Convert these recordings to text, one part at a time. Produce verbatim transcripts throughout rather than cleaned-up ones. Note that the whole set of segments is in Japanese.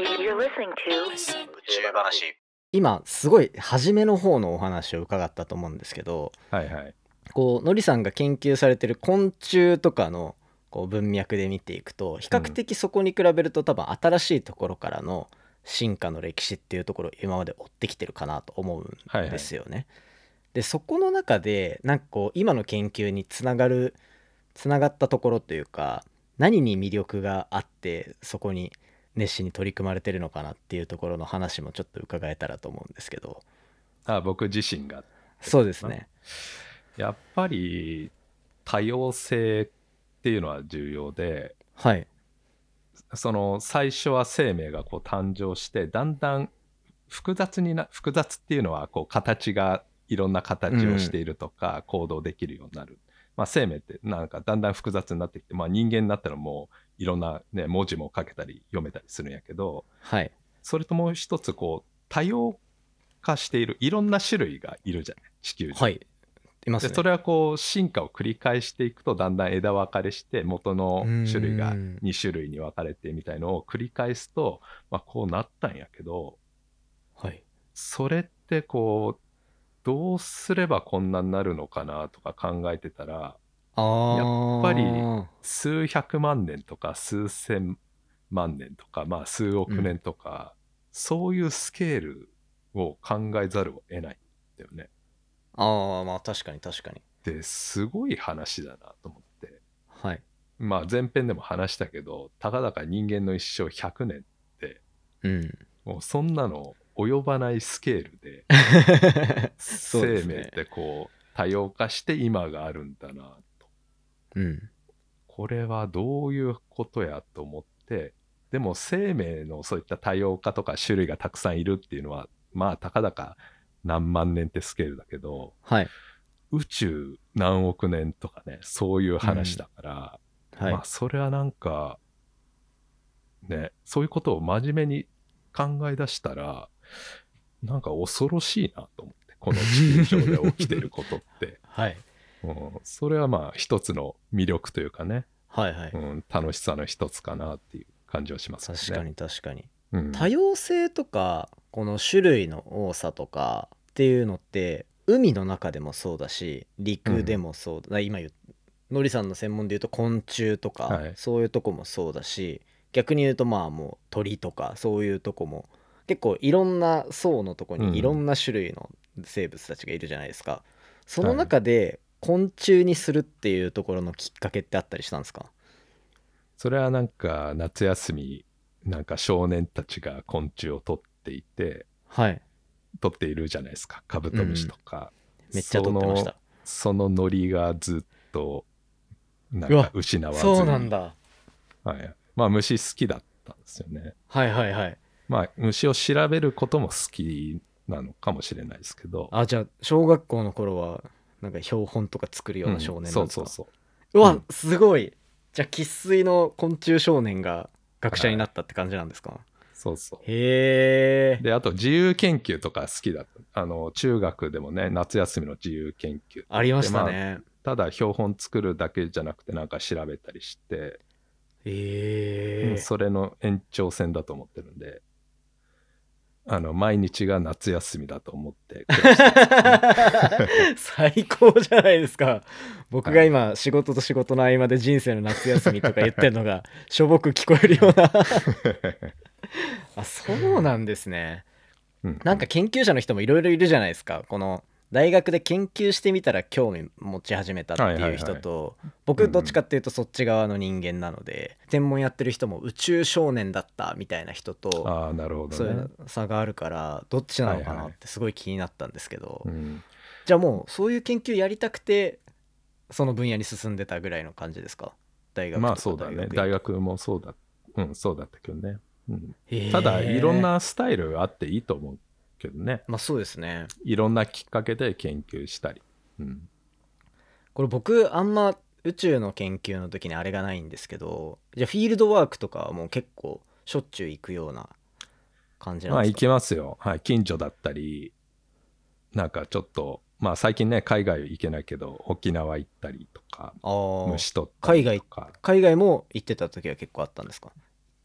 You're listening to 宇宙話。 今すごい初めの方のお話を伺ったと思うんですけど、 はいはい。 こうのりさんが研究されてる昆虫とかのこう文脈で見ていくと、比較的そこに比べると多分新しいところからの進化の歴史っていうところを今まで追ってきてるかなと思うんですよね。はいはい、でそこの中でなんかこう今の研究につながるつながったところというか、何に魅力があってそこに熱心に取り組まれてるのかなっていうところの話もちょっと伺えたらと思うんですけど。 あ、僕自身が。 そうですね。 やっぱり多様性っていうのは重要で、 はい、 その最初は生命がこう誕生して、だんだん複雑にな複雑っていうのはこう形がいろんな形をしているとか、うん、行動できるようになる。まあ、生命ってなんかだんだん複雑になってきて、まあ、人間になったらもういろんな、ね、文字も書けたり読めたりするんやけど、 はい、 それともう一つこう多様化しているいろんな種類がいるじゃない、地球上。 はい、いますね。 でそれはこう進化を繰り返していくとだんだん枝分かれして元の種類がに種類に分かれてみたいのを繰り返すと、まあ、こうなったんやけど、 はい、 それってこうどうすればこんなになるのかなとか考えてたら、 あやっぱり数百万年とか数千万年とか、まあ数億年とか、うん、そういうスケールを考えざるを得ないんだよね。 ああ、まあ確かに確かに。 ですごい話だなと思って。 はい。 まあ前編でも話したけど、たかだか人間の一生ひゃくねんって、 うん、 もうそんなの及ばないスケールで生命ってこう多様化して今があるんだなと、 うん、 これはどういうことやと思って。でも生命のそういった多様化とか種類がたくさんいるっていうのはまあたかだか何万年ってスケールだけど、 はい、 宇宙何億年とかね、そういう話だから、うん、はい、まあそれはなんかね、そういうことを真面目に考え出したらなんか恐ろしいなと思って、この地球上で起きてることってはい、 うん、それはまあ一つの魅力というかね、 はいはい、 うん、楽しさの一つかなっていう感じはしますね。 確かに確かに、 うん、 多様性とかこの種類の多さとかっていうのって海の中でもそうだし陸でもそうだ、うん、今言うのりさんの専門で言うと昆虫とか、はい、そういうとこもそうだし、逆に言うとまあもう鳥とかそういうとこも結構いろんな層のとこにいろんな種類の生物たちがいるじゃないですか、うん、その中で昆虫にするっていうところのきっかけってあったりしたんですか？ それはなんか夏休みなんか少年たちが昆虫を取っていて、 はい、 取っているじゃないですか、カブトムシとか、 うん、めっちゃ取ってました。 そのノリがずっとなんか失わずに、 そうなんだ、 はい、まあ虫好きだったんですよね。 はいはいはい。 まあ虫を調べることも好きなのかもしれないですけど。 あ、じゃあ小学校の頃はなんか標本とか作るような少年なんですか？うん、 そうそうそう。 うわ、うん、すごい。じゃあ生粋の昆虫少年が学者になったって感じなんですか？はい、 そうそう。 へえ。 で、あと自由研究とか好きだった。あの中学でもね、夏休みの自由研究ありましたね。 まあ、ただ標本作るだけじゃなくてなんか調べたりして、 へえ、 うん、それの延長線だと思ってるんで、あの毎日が夏休みだと思って暮らしてますね。 最高じゃないですか。僕が今仕事と仕事の合間で人生の夏休みとか言ってるのがしょぼく聞こえるようなあ、そうなんですね。うん、なんか研究者の人もいろいろいるじゃないですか。この大学で研究してみたら興味持ち始めたっていう人と、はいはいはい、僕どっちかっていうとそっち側の人間なので、うん、天文やってる人も宇宙少年だったみたいな人と、 あ、なるほどね、 そういう差があるからどっちなのかなってすごい気になったんですけど、はいはい、うん、じゃあもうそういう研究やりたくてその分野に進んでたぐらいの感じですか？大学とか。 まあそうだね、大学もそうだ、うん、そうだったけどね、うん、ただいろんなスタイルあっていいと思うけどね。 まあそうですね。 いろんなきっかけで研究したり、うん、 これ僕あんま宇宙の研究の時にあれがないんですけど、じゃあフィールドワークとかはもう結構しょっちゅう行くような感じなんですか？ まあ行きますよ、はい、近所だったり、なんかちょっとまあ最近ね海外行けないけど沖縄行ったりとか、 あ、 虫取ったりとか。 海外海外も行ってた時は結構あったんですか？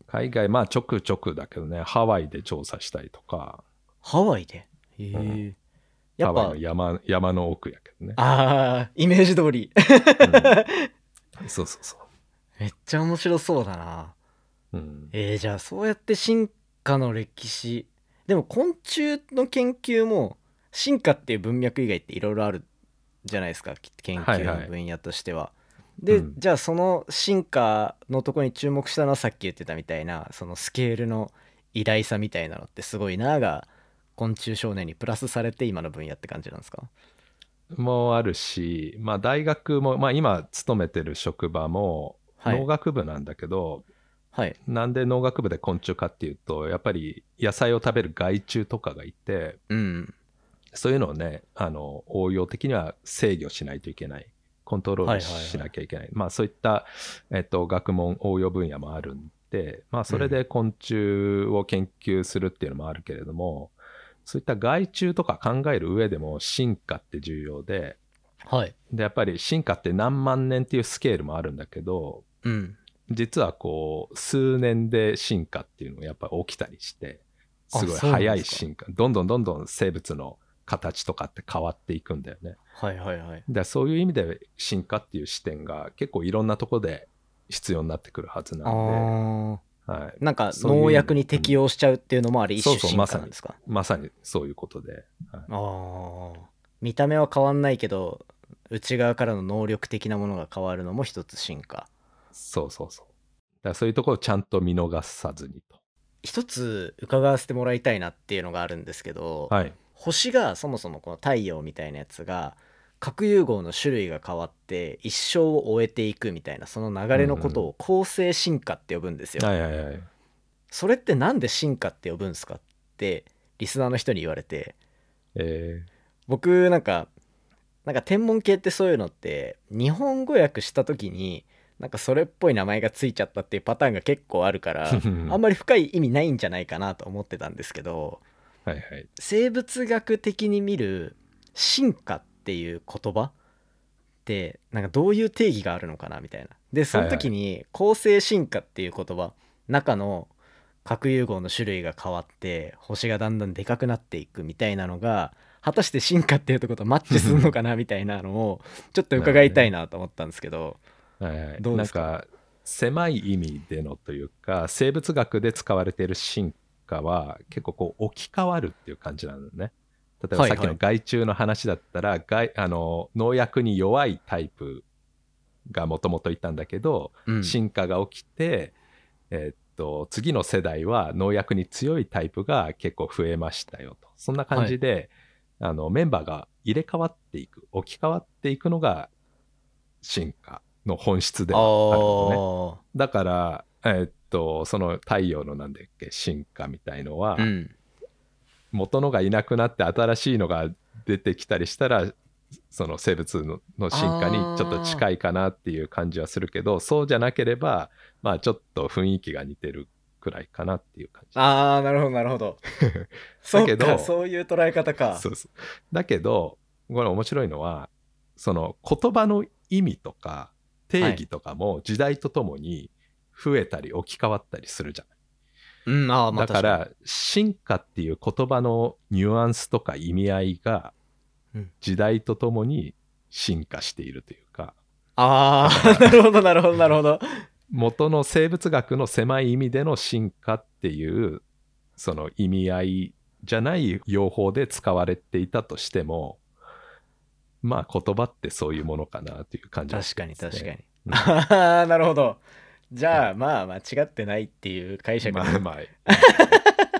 海外まあちょくちょくだけどね、ハワイで調査したりとか、 ハワイで。へえ、 うん、 やっぱハワイの山山の奥やけどね。 ああイメージ通り。 うん、そうそうそめっちゃ面白そうだな。 う。うん、 えー、じゃあそうやって進化の歴史、でも昆虫の研究も進化っていう文脈以外っていろいろあるじゃないですか、研究はいはい。 の分野としては。でうん、 じゃあその進化のとこに注目したのはさっき言ってたみたいなそのスケールの偉大さみたいなのってすごいなが昆虫少年にプラスされて今の分野って感じなんですか？ もあるし、まあ大学も、まあ今勤めてる職場も農はい学部なんだけど、 はいなんで農学部で昆虫かっていうと、やっぱり野菜を食べる害虫とかがいて、 うんそういうのをね、あの応用的には制御しないといけない、コントロールはいはいしはいなきゃいけない、まあそういった、えっと、学問応用分野もあるんで、まあそれうんで昆虫を研究するっていうのもあるけれども、そういった害虫とか考える上でも進化って重要で、 はいでやっぱり進化って何万年っていうスケールもあるんだけど、 うん実はこう数年で進化っていうのがやっぱ起きたりして、 あすごいそうなんですか。 早い進化、どんどんどんどん生物の形とかって変わっていくんだよね。 はいはいはい。 でそういう意味で進化っていう視点が結構いろんなとこで必要になってくるはずなんで、 あはい、 なんかそういう意味で、 農薬にうん、 適応しちゃうっていうのもあれ一そう種進そうまさに化なんですか？ まさにそういうことで、はい、 ああ見た目は変わんないけど内側からの能力的なものが変わるのも一つ進化。 そうそうそう。だからそういうところをちゃんと見逃さずにと。 一つ伺わせてもらいたいなっていうのがあるんですけど、 はい。 星がそもそもこの太陽みたいなやつが核融合の種類が変わって一生を終えていくみたいなその流うんうれのことん。 を恒星進化って呼ぶんですよ。 はいはいはい。 それってなんで進化って呼ぶんですかってリスナーの人に言われて、 え僕なんかなんか天文系ってそういうのって日本語訳した時になんかそれっぽい名前がついちゃったっていうパターンが結構あるからあんー、 まり深い意味ないんじゃないかなと思ってたんですけど、 はいはい。 生物学的に見る進化っていう言葉ってなんかどういう定義があるのかなみたいな。でそのはいはい。 時に恒星進化っていう言葉、中の核融合の種類が変わって星がだんだんでかくなっていくみたいなのが果たして進化っていうとことマッチするのかなみたいなのをちょっとなるほどね。 伺いたいなと思ったんですけど、 はいはい。 どうですか？ なんか、狭い意味でのというか、生物学で使われている進化は、結構こう置き換わるっていう感じなのね。例えばさっきのはいはい。 害虫の話だったら、害あの農薬に弱いタイプがもともといたんだけど、 うん。 進化が起きて、えーっと、次の世代は農薬に強いタイプが結構増えましたよと。そんな感はい。 じで、あのメンバーが入れ替わっていく、置き換わっていくのが進化の本質であはあるのね。 ー。 だから、えーっと、その太陽のなんだっけ、進化みたいのは、 うん。 元のがいなくなって新しいのが出てきたりしたら、その生物のの進化にちょっとあ近いかなっていう感じはするけど、そうじゃなければ、まあちょっと雰囲気が似てるくらいかなっていう感じ。 ー。あー、なるほどなるほど。 だそっか、 けど、 そういう捉え方か。 そうそう。だけど、これ面白いのは、その言葉の意味とか定はい。 義とかも時代とともに増えたり置き換わったりするじゃない。 うん、ああ、まあ確かに。 だから、進化っていう言葉のニュアンスとか意味合いがうん。 時代とともに進化しているというか、 ああ、 だからなるほどなるほどなるほど。 元の生物学の狭い意味での進化っていうその意味合いじゃない用法で使われていたとしても、まあ言葉ってそういうものかなという感じはして確かますね。 に確かに。 うん、 ああ、なるほど。じはい。 ゃあ、まあ間違ってないっていう解釈で。 まあまあいいんじゃない。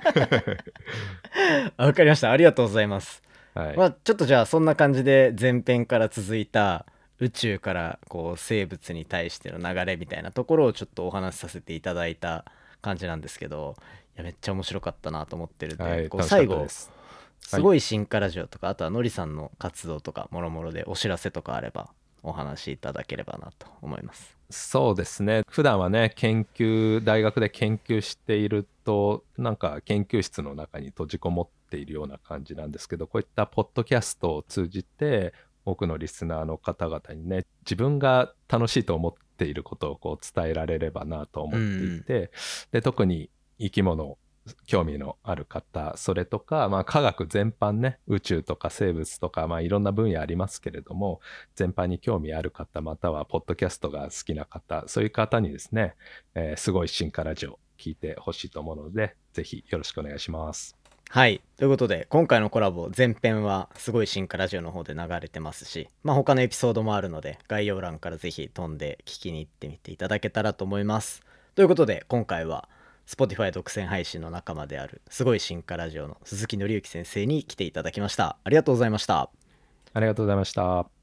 わかりました。ありがとうございます。 はい。 まあちょっとじゃあそんな感じで前編から続いた宇宙からこう生物に対しての流れみたいなところをちょっとお話しさせていただいた感じなんですけど、いやめっちゃ面白かったなと思ってるんで、 はい。 こう楽しか最後ったです。はい。 すごい進化ラジオとか、あとはのりさんの活動とかもろもろでお知らせとかあればお話しいただければなと思います。 そうですね。普段はね、研究、大学で研究していると、なんか研究室の中に閉じこもっているような感じなんですけど、こういったポッドキャストを通じて、多くのリスナーの方々にね、自分が楽しいと思っっていることをこう伝えられればなと思っていて、うん、で特に生き物興味のある方、それとか、まあ、科学全般ね、宇宙とか生物とか、まあ、いろんな分野ありますけれども、全般に興味ある方、またはポッドキャストが好きな方、そういう方にですね、えー、すごい進化ラジオ聞いてほしいと思うので、ぜひよろしくお願いします。 はい。ということで、今回のコラボ前編はすごい進化ラジオの方で流れてますし、まあ、他のエピソードもあるので、概要欄からぜひ飛んで聞きに行ってみていただけたらと思います。ということで、今回は Spotify 独占配信の仲間であるすごい進化ラジオの鈴木紀之先生に来ていただきました。ありがとうございました。 ありがとうございました。